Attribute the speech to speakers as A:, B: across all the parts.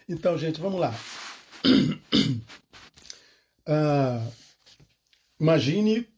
A: Então, gente, vamos lá. Imagine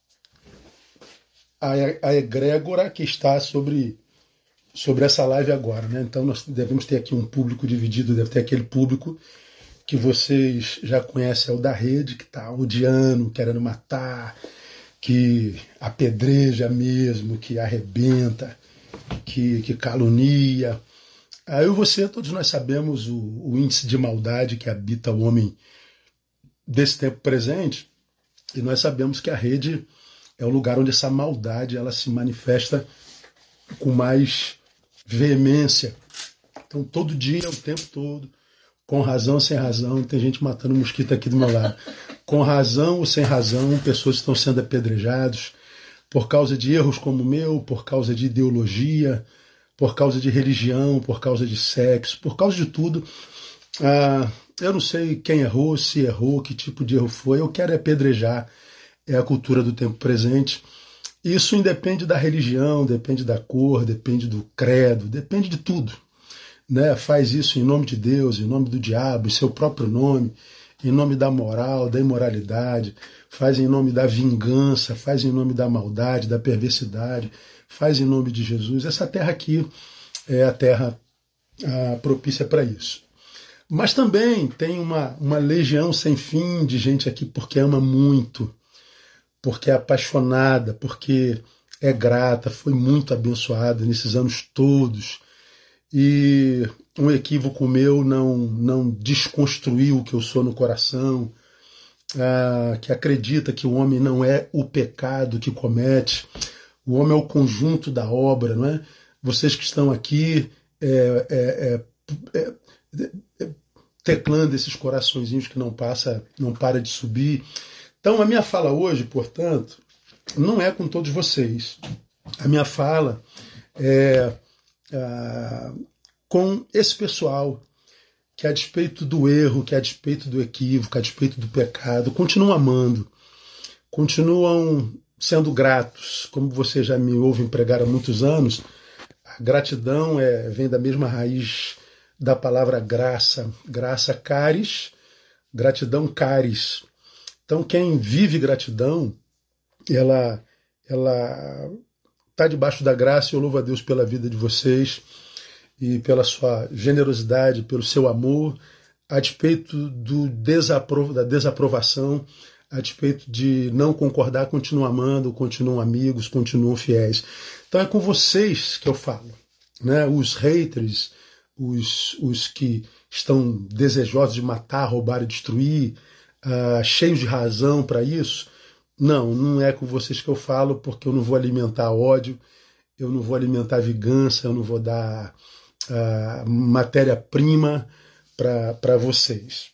A: a egrégora que está sobre essa live agora, né? Então, nós devemos ter aqui um público dividido, deve ter aquele público que vocês já conhecem, é o da rede, que está odiando, querendo matar, que apedreja mesmo, que arrebenta, que calunia. Aí você, todos nós sabemos o índice de maldade que habita o homem desse tempo presente, e nós sabemos que a rede é o lugar onde essa maldade ela se manifesta com mais veemência. Então, todo dia, o tempo todo, com razão ou sem razão, tem gente matando mosquito aqui do meu lado. Com razão ou sem razão, pessoas estão sendo apedrejadas por causa de erros como o meu, por causa de ideologia, por causa de religião, por causa de sexo, por causa de tudo. Eu não sei quem errou, se errou, que tipo de erro foi. Eu quero apedrejar. É a cultura do tempo presente. Isso independe da religião, depende da cor, depende do credo, depende de tudo. Né? Faz isso em nome de Deus, em nome do diabo, em seu próprio nome, em nome da moral, da imoralidade, faz em nome da vingança, faz em nome da maldade, da perversidade, faz em nome de Jesus. Essa terra aqui é a terra propícia para isso. Mas também tem uma legião sem fim de gente aqui porque ama muito, porque é apaixonada, porque é grata, foi muito abençoada nesses anos todos. E um equívoco meu não desconstruiu o que eu sou no coração, que acredita que o homem não é o pecado que comete, o homem é o conjunto da obra, não é? Vocês que estão aqui teclando esses coraçõezinhos que não para de subir. Então a minha fala hoje, portanto, não é com todos vocês. A minha fala é com esse pessoal que, a despeito do erro, que a despeito do equívoco, a despeito do pecado, continuam amando, continuam sendo gratos. Como vocês já me ouvem pregar há muitos anos, a gratidão vem da mesma raiz da palavra graça. Graça, caris, gratidão, caris. Então, quem vive gratidão, ela está debaixo da graça, e eu louvo a Deus pela vida de vocês e pela sua generosidade, pelo seu amor, a despeito da desaprovação, a despeito de não concordar, continuam amando, continuam amigos, continuam fiéis. Então é com vocês que eu falo, né? Os haters, os que estão desejosos de matar, roubar e destruir, cheios de razão para isso, não é com vocês que eu falo, porque eu não vou alimentar ódio, eu não vou alimentar vingança, eu não vou dar matéria-prima para vocês.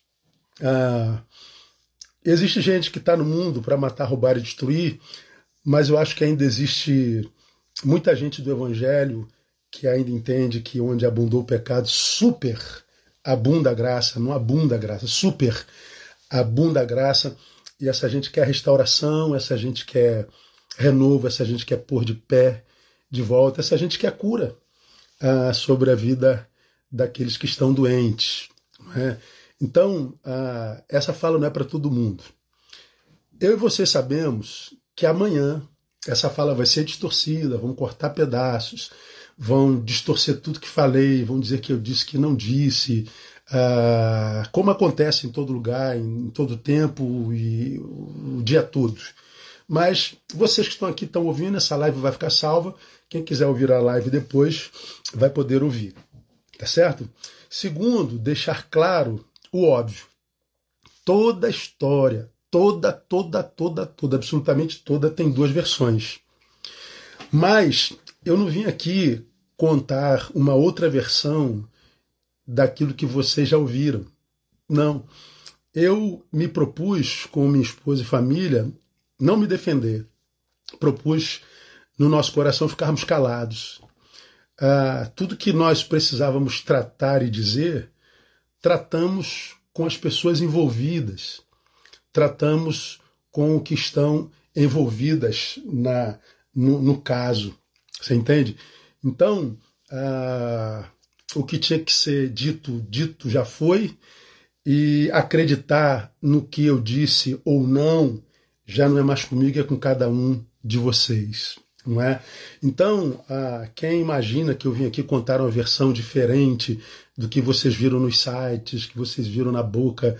A: Existe gente que está no mundo para matar, roubar e destruir, mas eu acho que ainda existe muita gente do Evangelho que ainda entende que onde abundou o pecado, super abunda a graça, não abunda a graça, super abunda a graça, e essa gente quer restauração, essa gente quer renovo, essa gente quer pôr de pé de volta, essa gente quer cura sobre a vida daqueles que estão doentes. Não é? Então, essa fala não é para todo mundo. Eu e você sabemos que amanhã essa fala vai ser distorcida, vão cortar pedaços, vão distorcer tudo que falei, vão dizer que eu disse que não disse, como acontece em todo lugar, em todo tempo e o dia todo. Mas vocês que estão aqui, estão ouvindo, essa live vai ficar salva. Quem quiser ouvir a live depois vai poder ouvir. Tá certo? Segundo, deixar claro o óbvio. Toda história, toda, absolutamente toda, tem duas versões. Mas eu não vim aqui contar uma outra versão daquilo que vocês já ouviram. Não. Eu me propus, com minha esposa e família, não me defender. Propus, no nosso coração, ficarmos calados. Tudo que nós precisávamos tratar e dizer, tratamos com as pessoas envolvidas. Tratamos com o que estão envolvidas no caso. Você entende? Então, o que tinha que ser dito, dito já foi, e acreditar no que eu disse ou não já não é mais comigo, é com cada um de vocês. Não é? Então, quem imagina que eu vim aqui contar uma versão diferente do que vocês viram nos sites, que vocês viram na boca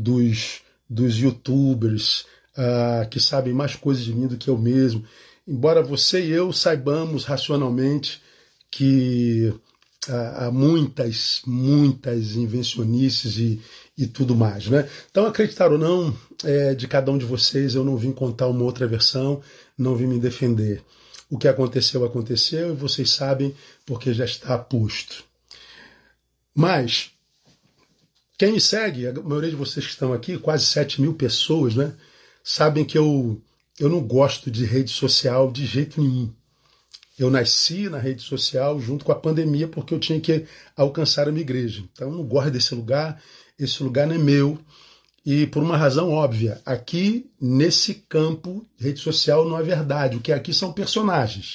A: dos youtubers, que sabem mais coisas de mim do que eu mesmo, embora você e eu saibamos racionalmente que há muitas invencionices e tudo mais. Né? Então, acreditar ou não, de cada um de vocês, eu não vim contar uma outra versão, não vim me defender. O que aconteceu, aconteceu, e vocês sabem porque já está posto. Mas, quem me segue, a maioria de vocês que estão aqui, quase 7.000 pessoas, né, sabem que eu não gosto de rede social de jeito nenhum. Eu nasci na rede social junto com a pandemia porque eu tinha que alcançar a minha igreja. Então eu não gosto desse lugar, esse lugar não é meu. E por uma razão óbvia, aqui nesse campo, rede social não é verdade. O que é aqui são personagens.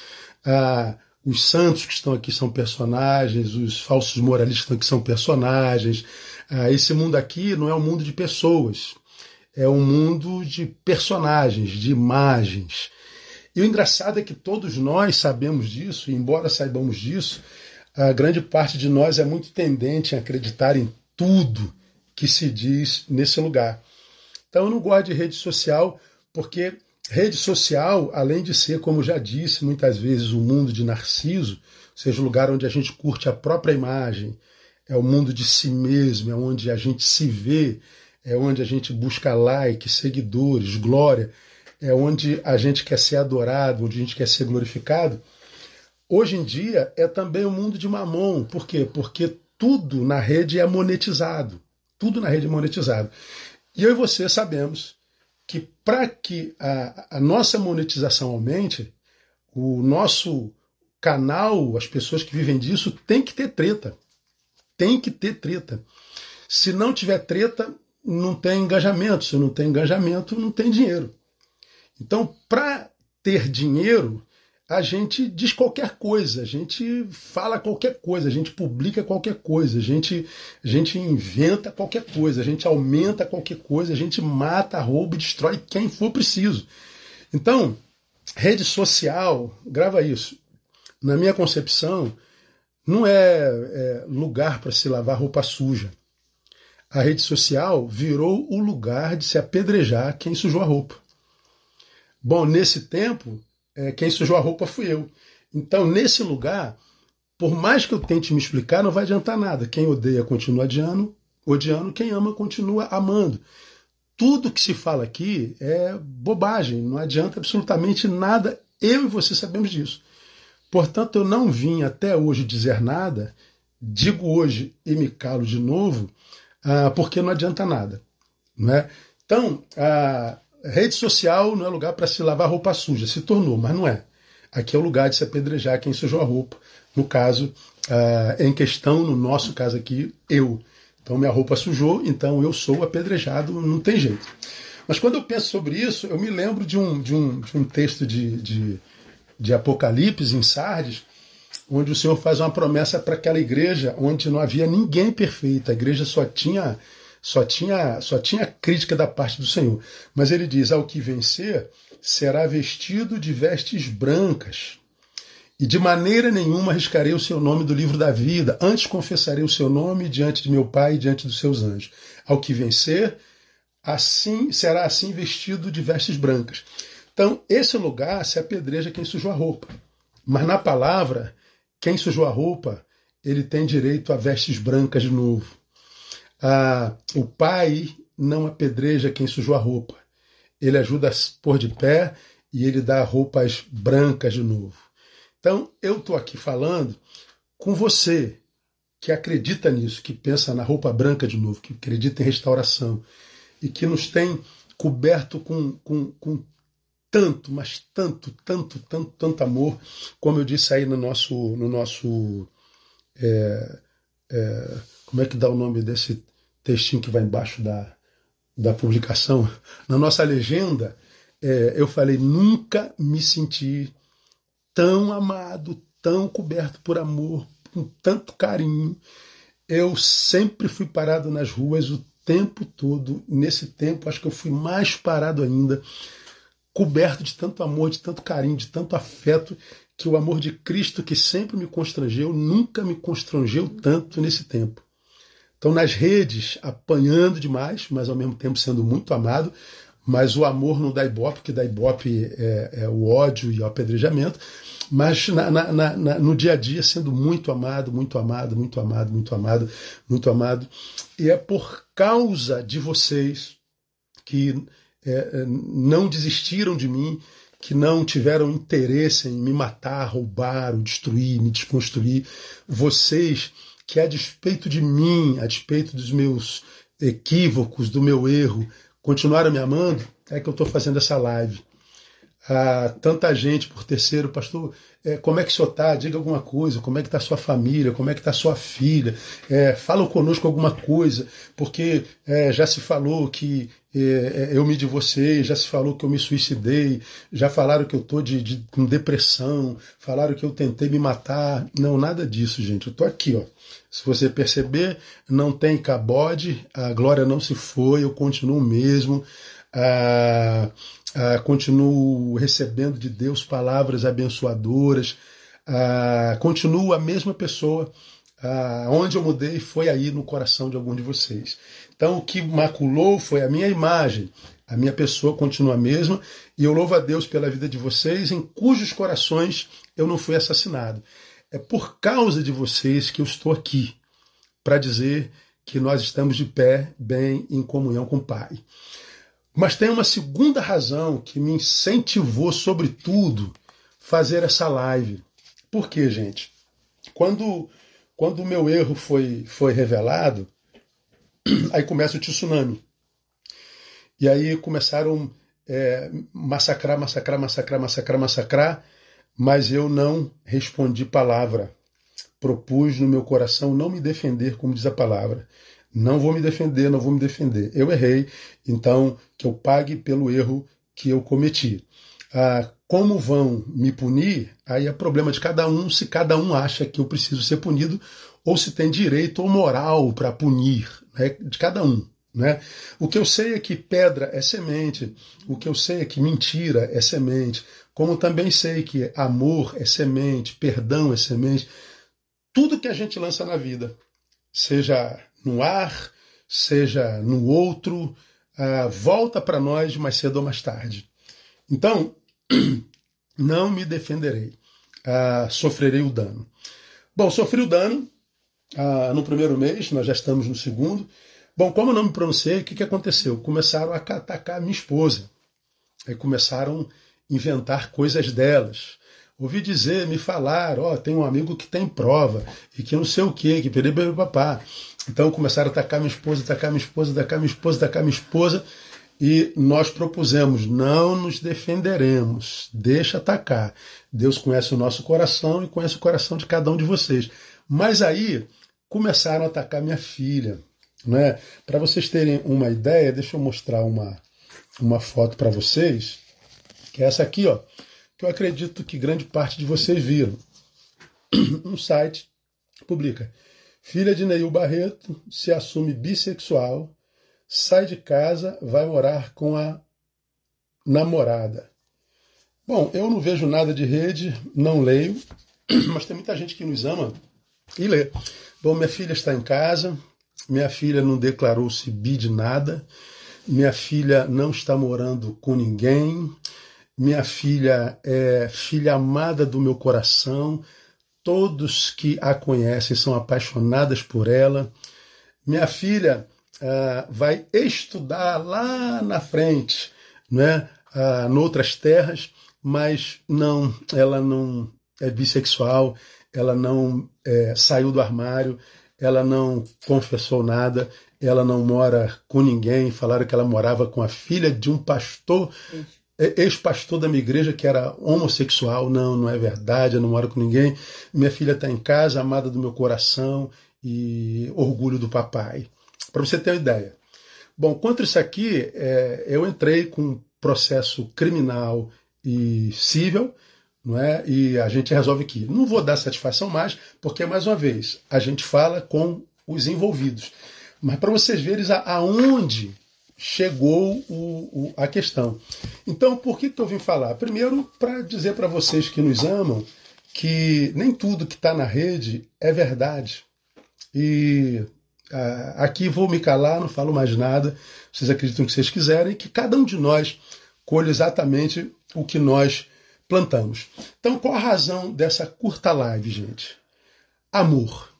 A: Os santos que estão aqui são personagens, os falsos moralistas que estão aqui são personagens. Esse mundo aqui não é um mundo de pessoas, é um mundo de personagens, de imagens. E o engraçado é que todos nós sabemos disso, e embora saibamos disso, a grande parte de nós é muito tendente a acreditar em tudo que se diz nesse lugar. Então eu não gosto de rede social, porque rede social, além de ser, como já disse muitas vezes, um mundo de Narciso, ou seja, o lugar onde a gente curte a própria imagem, é o mundo de si mesmo, é onde a gente se vê, é onde a gente busca like, seguidores, glória, é onde a gente quer ser adorado, onde a gente quer ser glorificado. Hoje em dia é também um mundo de mamon. Por quê? Porque tudo na rede é monetizado. Tudo na rede é monetizado. E eu e você sabemos que para que a nossa monetização aumente, o nosso canal, as pessoas que vivem disso, tem que ter treta. Tem que ter treta. Se não tiver treta, não tem engajamento. Se não tem engajamento, não tem dinheiro. Então, para ter dinheiro, a gente diz qualquer coisa, a gente fala qualquer coisa, a gente publica qualquer coisa, a gente inventa qualquer coisa, a gente aumenta qualquer coisa, a gente mata, rouba e destrói quem for preciso. Então, rede social, grava isso, na minha concepção, não é lugar para se lavar roupa suja. A rede social virou o lugar de se apedrejar quem sujou a roupa. Bom, nesse tempo, quem sujou a roupa fui eu. Então, nesse lugar, por mais que eu tente me explicar, não vai adiantar nada. Quem odeia continua odiando, quem ama continua amando. Tudo que se fala aqui é bobagem, não adianta absolutamente nada. Eu e você sabemos disso. Portanto, eu não vim até hoje dizer nada, digo hoje e me calo de novo, porque não adianta nada. Não é? Então, rede social não é lugar para se lavar roupa suja. Se tornou, mas não é. Aqui é o lugar de se apedrejar quem sujou a roupa. No caso, em questão, no nosso caso aqui, eu. Então minha roupa sujou, então eu sou apedrejado, não tem jeito. Mas quando eu penso sobre isso, eu me lembro de um texto de Apocalipse, em Sardes, onde o Senhor faz uma promessa para aquela igreja onde não havia ninguém perfeito. A igreja só tinha crítica da parte do Senhor. Mas ele diz, ao que vencer, será vestido de vestes brancas, e de maneira nenhuma arriscarei o seu nome do livro da vida, antes confessarei o seu nome diante de meu Pai e diante dos seus anjos. Ao que vencer, será assim vestido de vestes brancas. Então, esse lugar se apedreja quem sujou a roupa. Mas na palavra, quem sujou a roupa, ele tem direito a vestes brancas de novo. O Pai não apedreja quem sujou a roupa. Ele ajuda a pôr de pé e ele dá roupas brancas de novo. Então, eu estou aqui falando com você que acredita nisso, que pensa na roupa branca de novo, que acredita em restauração e que nos tem coberto com tanto, mas tanto amor, como eu disse aí no nosso como é que dá o nome desse textinho que vai embaixo da publicação? Na nossa legenda, eu falei, nunca me senti tão amado, tão coberto por amor, com tanto carinho. Eu sempre fui parado nas ruas o tempo todo. Nesse tempo, acho que eu fui mais parado ainda, coberto de tanto amor, de tanto carinho, de tanto afeto, que o amor de Cristo, que sempre me constrangeu, nunca me constrangeu tanto nesse tempo. Então, nas redes, apanhando demais, mas ao mesmo tempo sendo muito amado, mas o amor não dá ibope, porque dá ibope é o ódio e o apedrejamento, mas no dia a dia sendo muito amado, muito amado, muito amado, muito amado, muito amado. E é por causa de vocês que não desistiram de mim, que não tiveram interesse em me matar, roubar, ou destruir, me desconstruir. Vocês que, a despeito de mim, a despeito dos meus equívocos, do meu erro, continuaram me amando, é que eu estou fazendo essa live. Tanta gente por terceiro, pastor, como é que o senhor está? Diga alguma coisa, como é que está a sua família, como é que está a sua filha, falam conosco alguma coisa, porque já se falou que eu me divorciei, já se falou que eu me suicidei, já falaram que eu estou com depressão, falaram que eu tentei me matar. Não, nada disso, gente, eu estou aqui, ó. Se você perceber, não tem cabode, a glória não se foi, eu continuo mesmo, continuo recebendo de Deus palavras abençoadoras, continuo a mesma pessoa. Onde eu mudei foi aí no coração de algum de vocês. Então o que maculou foi a minha imagem, a minha pessoa continua a mesma, e eu louvo a Deus pela vida de vocês, em cujos corações eu não fui assassinado. É por causa de vocês que eu estou aqui, para dizer que nós estamos de pé, bem, em comunhão com o Pai. Mas tem uma segunda razão que me incentivou, sobretudo, fazer essa live. Por quê, gente? Quando o meu erro foi revelado, aí começa o tsunami. E aí começaram massacrar, mas eu não respondi palavra. Propus no meu coração não me defender, como diz a palavra. Não vou me defender, não vou me defender. Eu errei, então que eu pague pelo erro que eu cometi. Como vão me punir, aí é problema de cada um, se cada um acha que eu preciso ser punido, ou se tem direito ou moral para punir, né, de cada um. Né? O que eu sei é que pedra é semente, o que eu sei é que mentira é semente, como também sei que amor é semente, perdão é semente. Tudo que a gente lança na vida, seja no ar, seja no outro, volta para nós mais cedo ou mais tarde. Então, não me defenderei, sofrerei o dano. Bom, sofri o dano no primeiro mês, nós já estamos no segundo. Bom, como eu não me pronunciei, o que aconteceu? Começaram a atacar a minha esposa. Aí começaram a inventar coisas delas. Ouvi dizer, me falar, tem um amigo que tem prova, e que não sei o quê, que pereba papá. Então começaram a atacar minha esposa, e nós propusemos, não nos defenderemos, deixa atacar. Deus conhece o nosso coração e conhece o coração de cada um de vocês. Mas aí começaram a atacar minha filha. Né? Para vocês terem uma ideia, deixa eu mostrar uma foto para vocês, que é essa aqui, ó, que eu acredito que grande parte de vocês viram. Um site publica: filha de Neil Barreto se assume bissexual, sai de casa, vai morar com a namorada. Bom, eu não vejo nada de rede, não leio, mas tem muita gente que nos ama e lê. Bom, minha filha está em casa, minha filha não declarou-se bi de nada, minha filha não está morando com ninguém, minha filha é filha amada do meu coração, todos que a conhecem são apaixonadas por ela. Minha filha vai estudar lá na frente, né, noutras terras, mas não, ela não é bissexual, ela não saiu do armário, ela não confessou nada, ela não mora com ninguém. Falaram que ela morava com a filha de um pastor, ex-pastor da minha igreja, que era homossexual. Não, não é verdade, eu não moro com ninguém. Minha filha está em casa, amada do meu coração e orgulho do papai. Para você ter uma ideia. Bom, contra isso aqui, eu entrei com um processo criminal e civil, não é? E a gente resolve aqui. Não vou dar satisfação mais, porque, mais uma vez, a gente fala com os envolvidos. Mas para vocês verem aonde chegou a questão. Então, por que eu vim falar? Primeiro, para dizer para vocês que nos amam que nem tudo que está na rede é verdade. E aqui vou me calar, não falo mais nada. Vocês acreditam que vocês quiserem, que cada um de nós colhe exatamente o que nós plantamos. Então, qual a razão dessa curta live, gente? Amor.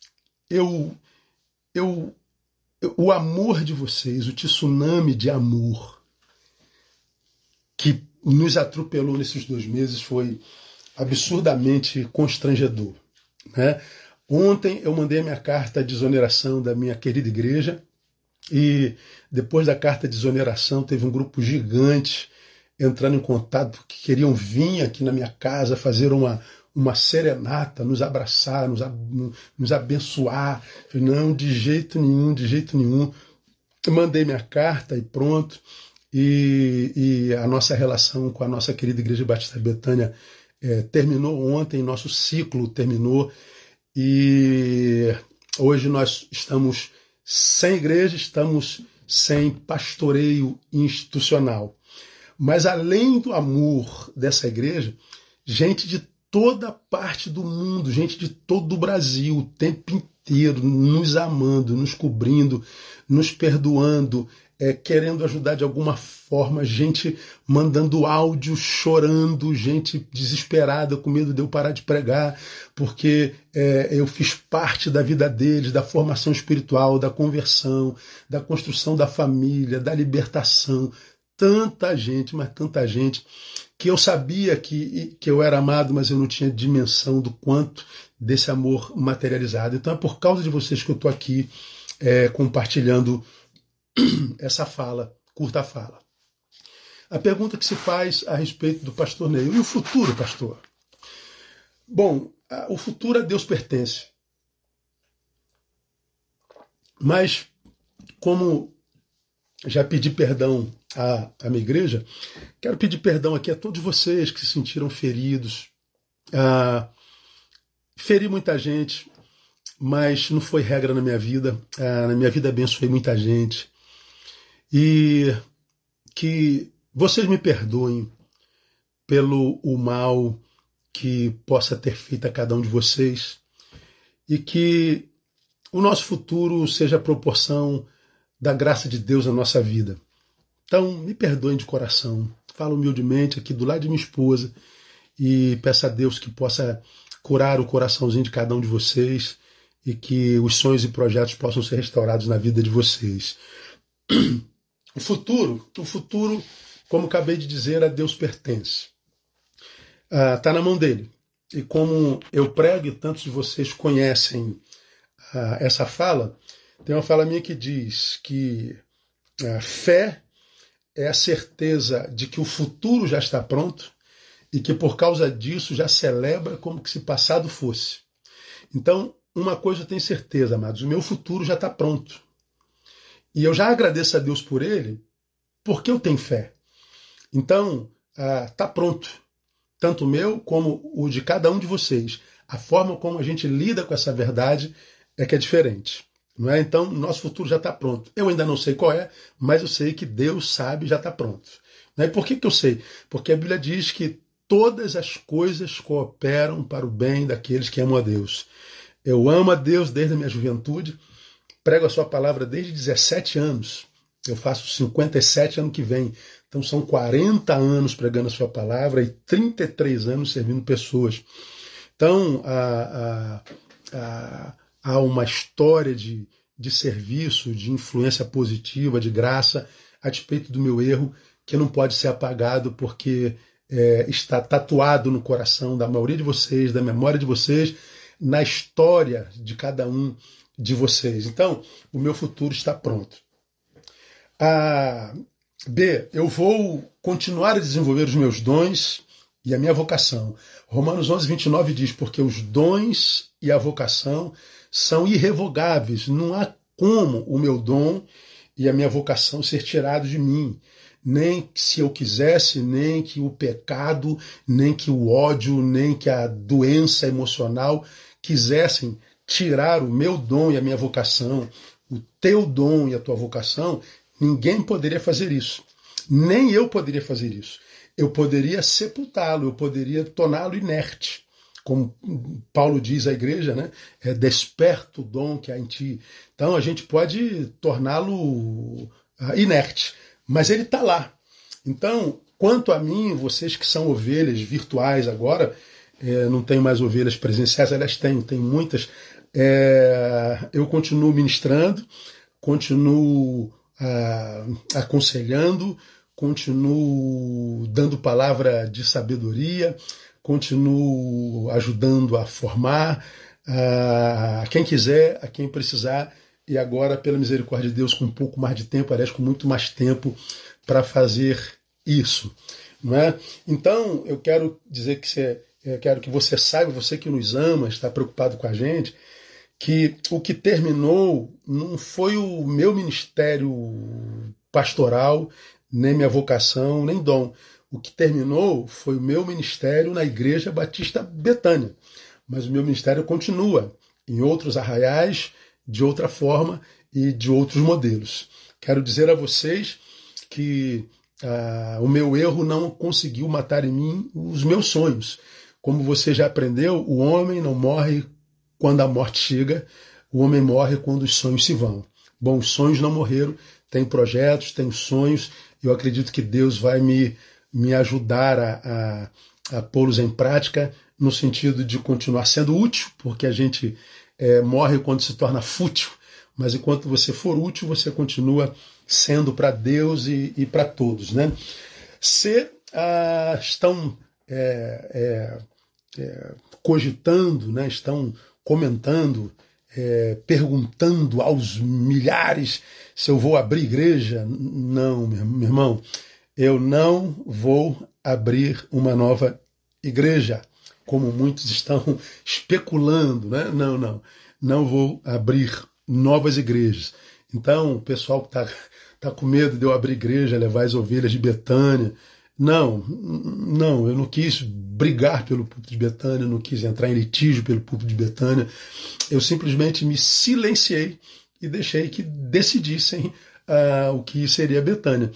A: O amor de vocês, o tsunami de amor que nos atropelou nesses 2 meses foi absurdamente constrangedor, né? Ontem eu mandei a minha carta de exoneração da minha querida igreja e depois da carta de exoneração teve um grupo gigante entrando em contato porque queriam vir aqui na minha casa fazer uma serenata, nos abraçar, nos abençoar. Falei, não, de jeito nenhum, de jeito nenhum. Eu mandei minha carta e pronto. E a nossa relação com a nossa querida Igreja Batista Betânia terminou ontem, nosso ciclo terminou. E hoje nós estamos sem igreja, estamos sem pastoreio institucional. Mas além do amor dessa igreja, gente de toda parte do mundo, gente de todo o Brasil, o tempo inteiro, nos amando, nos cobrindo, nos perdoando, querendo ajudar de alguma forma, gente mandando áudio, chorando, gente desesperada, com medo de eu parar de pregar, porque eu fiz parte da vida deles, da formação espiritual, da conversão, da construção da família, da libertação. Tanta gente, mas tanta gente, que eu sabia que eu era amado, mas eu não tinha dimensão do quanto desse amor materializado. Então é por causa de vocês que eu estou aqui compartilhando essa fala, curta fala. A pergunta que se faz a respeito do pastor Neil: e o futuro, pastor? Bom, o futuro a Deus pertence. Mas, como já pedi perdão à minha igreja, quero pedir perdão aqui a todos vocês que se sentiram feridos. Feri muita gente, mas não foi regra na minha vida. Na minha vida abençoei muita gente. E que vocês me perdoem pelo o mal que possa ter feito a cada um de vocês e que o nosso futuro seja a proporção da graça de Deus na nossa vida. Então, me perdoem de coração. Falo humildemente aqui do lado de minha esposa e peço a Deus que possa curar o coraçãozinho de cada um de vocês e que os sonhos e projetos possam ser restaurados na vida de vocês. O futuro, como acabei de dizer, a Deus pertence. Está na mão dele. E como eu prego e tantos de vocês conhecem essa fala, tem uma fala minha que diz que a fé é a certeza de que o futuro já está pronto e que por causa disso já celebra como que se passado fosse. Então, uma coisa eu tenho certeza, amados, o meu futuro já está pronto. E eu já agradeço a Deus por ele, porque eu tenho fé. Então, está pronto. Tanto o meu como o de cada um de vocês. A forma como a gente lida com essa verdade é que é diferente. Não é? Então, nosso futuro já está pronto. Eu ainda não sei qual é, mas eu sei que Deus sabe e já está pronto. Não é? Por que eu sei? Porque a Bíblia diz que todas as coisas cooperam para o bem daqueles que amam a Deus. Eu amo a Deus desde a minha juventude, prego a sua palavra desde 17 anos. Eu faço 57 ano que vem. Então são 40 anos pregando a sua palavra e 33 anos servindo pessoas. Então há uma história de serviço, de influência positiva, de graça, a despeito do meu erro, que não pode ser apagado porque está tatuado no coração da maioria de vocês, da memória de vocês, na história de cada um de vocês. Então, o meu futuro está pronto. B, eu vou continuar a desenvolver os meus dons e a minha vocação. Romanos 11, 29 diz, porque os dons e a vocação são irrevogáveis. Não há como o meu dom e a minha vocação ser tirados de mim. nem se eu quisesse, nem que o pecado, nem que o ódio, nem que a doença emocional quisessem tirar o meu dom e a minha vocação, o teu dom e a tua vocação, ninguém poderia fazer isso. Nem eu poderia fazer isso. Eu poderia sepultá-lo, eu poderia torná-lo inerte. Como Paulo diz à igreja, né? Desperta o dom que há em ti. Então a gente pode torná-lo inerte, mas ele está lá. Então, quanto a mim, vocês que são ovelhas virtuais agora, não tenho mais ovelhas presenciais, aliás, tem muitas, eu continuo ministrando, continuo aconselhando, continuo dando palavra de sabedoria, continuo ajudando a formar a quem quiser, a quem precisar, e agora, pela misericórdia de Deus, com um pouco mais de tempo, aliás, com muito mais tempo para fazer isso. Não é? Então, eu quero dizer eu quero que você saiba, você que nos ama, está preocupado com a gente, que o que terminou não foi o meu ministério pastoral, nem minha vocação, nem dom. O que terminou foi o meu ministério na Igreja Batista Betânia. Mas o meu ministério continua em outros arraiais, de outra forma e de outros modelos. Quero dizer a vocês que o meu erro não conseguiu matar em mim os meus sonhos. Como você já aprendeu, o homem não morre quando a morte chega, o homem morre quando os sonhos se vão. Bom, os sonhos não morreram, tem projetos, tem sonhos, eu acredito que Deus vai me ajudar a pô-los em prática, no sentido de continuar sendo útil, porque a gente morre quando se torna fútil, mas enquanto você for útil, você continua sendo para Deus e para todos. Né? Se estão cogitando, né, estão comentando, perguntando aos milhares se eu vou abrir igreja, não, meu irmão, eu não vou abrir uma nova igreja, como muitos estão especulando, né? Não vou abrir novas igrejas. Então, o pessoal que tá com medo de eu abrir igreja, levar as ovelhas de Betânia, não, eu não quis brigar pelo púlpito de Betânia, não quis entrar em litígio pelo púlpito de Betânia, eu simplesmente me silenciei e deixei que decidissem o que seria Betânia.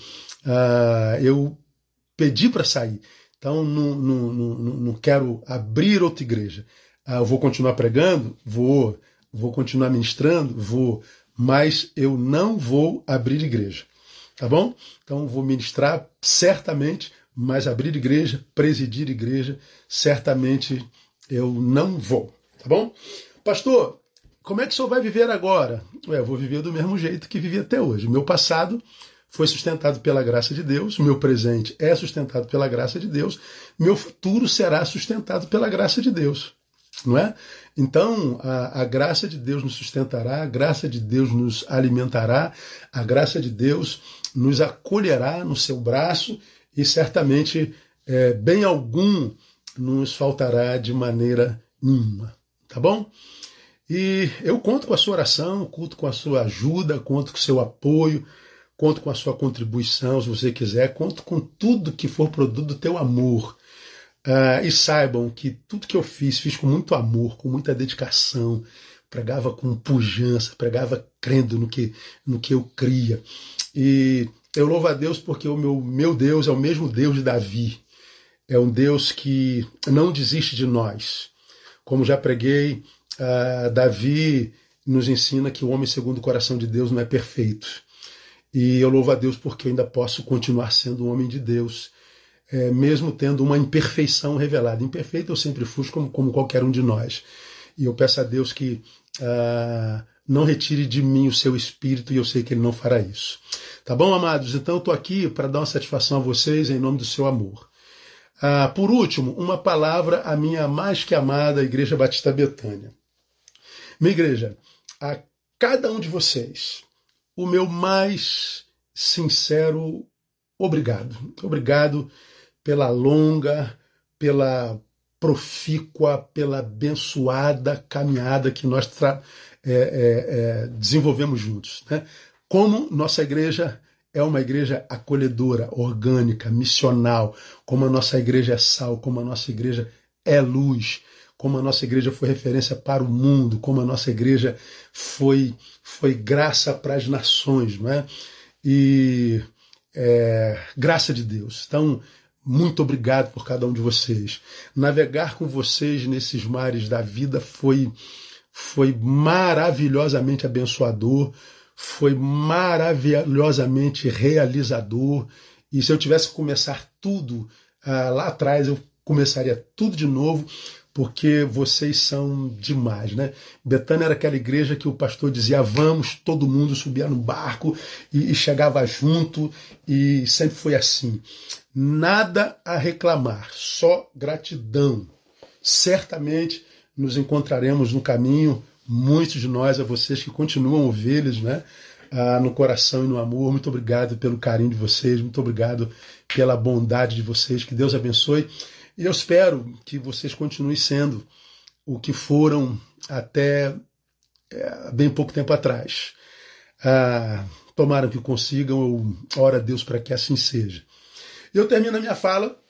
A: Eu pedi para sair, então não quero abrir outra igreja. Eu vou continuar pregando? Vou continuar ministrando? Vou, mas eu não vou abrir igreja, tá bom? Então vou ministrar certamente, mas abrir igreja, presidir igreja, certamente eu não vou, tá bom? Pastor, como é que o senhor vai viver agora? Eu vou viver do mesmo jeito que vivi até hoje. O meu passado foi sustentado pela graça de Deus, o meu presente é sustentado pela graça de Deus, meu futuro será sustentado pela graça de Deus, não é? Então, a graça de Deus nos sustentará, a graça de Deus nos alimentará, a graça de Deus nos acolherá no seu braço e certamente bem algum nos faltará de maneira nenhuma, tá bom? E eu conto com a sua oração, conto com a sua ajuda, conto com o seu apoio, conto com a sua contribuição, se você quiser, conto com tudo que for produto do teu amor. E saibam que tudo que eu fiz com muito amor, com muita dedicação, pregava com pujança, pregava crendo no que eu cria. E eu louvo a Deus porque o meu Deus é o mesmo Deus de Davi. É um Deus que não desiste de nós. Como já preguei, Davi nos ensina que o homem segundo o coração de Deus não é perfeito. E eu louvo a Deus porque eu ainda posso continuar sendo um homem de Deus, mesmo tendo uma imperfeição revelada. Imperfeito eu sempre fui, como qualquer um de nós. E eu peço a Deus que não retire de mim o seu espírito, e eu sei que Ele não fará isso. Tá bom, amados? Então eu estou aqui para dar uma satisfação a vocês em nome do seu amor. Por último, uma palavra à minha mais que amada Igreja Batista Betânia. Minha igreja, a cada um de vocês, o meu mais sincero obrigado. Obrigado pela longa, pela profícua, pela abençoada caminhada que nós desenvolvemos juntos. Né? Como nossa igreja é uma igreja acolhedora, orgânica, missional, como a nossa igreja é sal, como a nossa igreja é luz, como a nossa igreja foi referência para o mundo, como a nossa igreja foi graça para as nações, não é? E graça de Deus. Então, muito obrigado por cada um de vocês. Navegar com vocês nesses mares da vida foi maravilhosamente abençoador, foi maravilhosamente realizador. E se eu tivesse que começar tudo lá atrás, eu começaria tudo de novo, porque vocês são demais, né? Betânia era aquela igreja que o pastor dizia, vamos, todo mundo subia no barco e chegava junto, e sempre foi assim. Nada a reclamar, só gratidão. Certamente nos encontraremos no caminho, muitos de nós, a vocês que continuam ovelhas, né? No coração e no amor. Muito obrigado pelo carinho de vocês, muito obrigado pela bondade de vocês, que Deus abençoe. E eu espero que vocês continuem sendo o que foram até bem pouco tempo atrás. Tomara que consigam, eu oro a Deus para que assim seja. Eu termino a minha fala.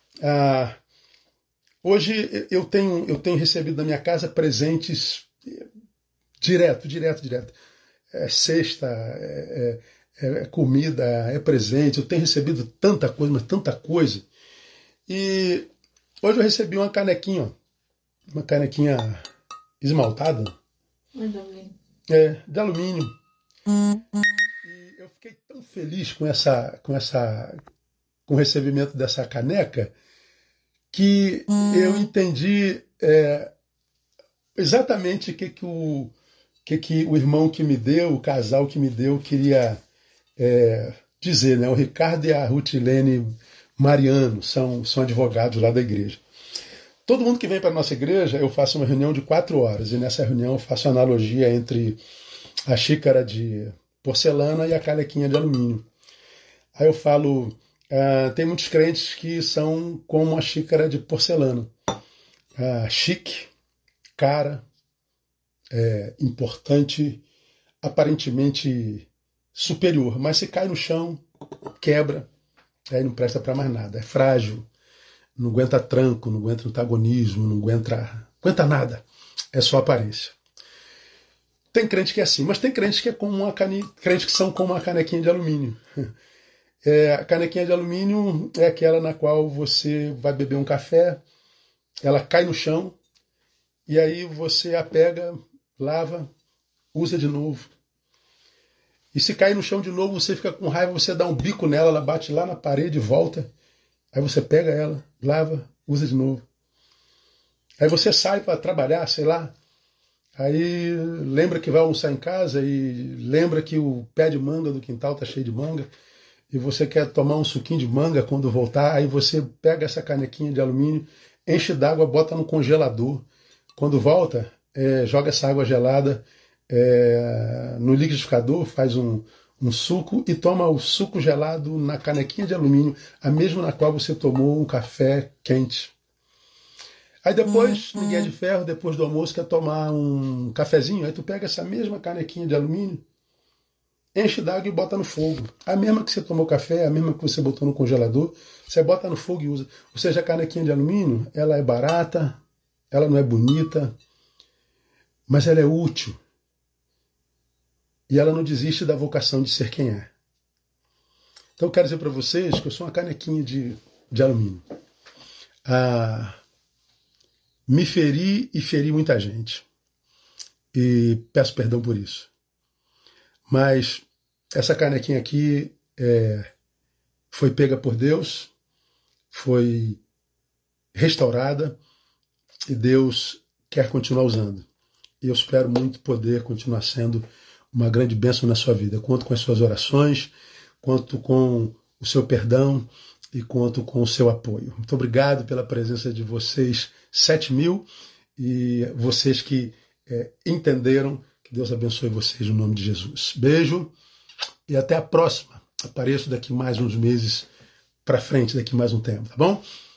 A: Hoje eu tenho recebido na minha casa presentes direto. É cesta, é comida, é presente. Eu tenho recebido tanta coisa, mas tanta coisa. E hoje eu recebi uma canequinha esmaltada. De alumínio. E eu fiquei tão feliz com o recebimento dessa caneca, que eu entendi exatamente o que o irmão que me deu, o casal que me deu, queria dizer, né? O Ricardo e a Rutilene Mariano são advogados lá da igreja. Todo mundo que vem para a nossa igreja, eu faço uma reunião de 4 horas, e nessa reunião eu faço analogia entre a xícara de porcelana e a canequinha de alumínio. Aí eu falo, tem muitos crentes que são como a xícara de porcelana. Chique, cara, importante, aparentemente superior, mas se cai no chão, quebra, aí não presta para mais nada. É frágil, não aguenta tranco, não aguenta antagonismo, não aguenta nada. É só aparência. Tem crente que é assim, mas tem crentes que crentes que são como uma canequinha de alumínio. A canequinha de alumínio é aquela na qual você vai beber um café, ela cai no chão, e aí você a pega, lava, usa de novo. E se cair no chão de novo, você fica com raiva, você dá um bico nela, ela bate lá na parede e volta. Aí você pega ela, lava, usa de novo. Aí você sai para trabalhar, sei lá. Aí lembra que vai almoçar em casa e lembra que o pé de manga do quintal está cheio de manga. E você quer tomar um suquinho de manga quando voltar. Aí você pega essa canequinha de alumínio, enche d'água, bota no congelador. Quando volta, joga essa água gelada no liquidificador, faz um suco e toma o suco gelado na canequinha de alumínio, a mesma na qual você tomou um café quente. Aí depois, ninguém é de ferro, depois do almoço quer tomar um cafezinho, aí tu pega essa mesma canequinha de alumínio, enche d'água e bota no fogo. A mesma que você tomou café, a mesma que você botou no congelador, você bota no fogo e usa. Ou seja, a canequinha de alumínio, ela é barata, ela não é bonita, mas ela é útil. E ela não desiste da vocação de ser quem é. Então eu quero dizer para vocês que eu sou uma canequinha de alumínio. Me feri e feri muita gente. E peço perdão por isso. Mas essa canequinha aqui foi pega por Deus, foi restaurada e Deus quer continuar usando. E eu espero muito poder continuar sendo uma grande bênção na sua vida. Conto com as suas orações, conto com o seu perdão e conto com o seu apoio. Muito obrigado pela presença de vocês, 7.000, e vocês que entenderam. Que Deus abençoe vocês no nome de Jesus. Beijo e até a próxima. Apareço daqui mais uns meses para frente, daqui mais um tempo, tá bom?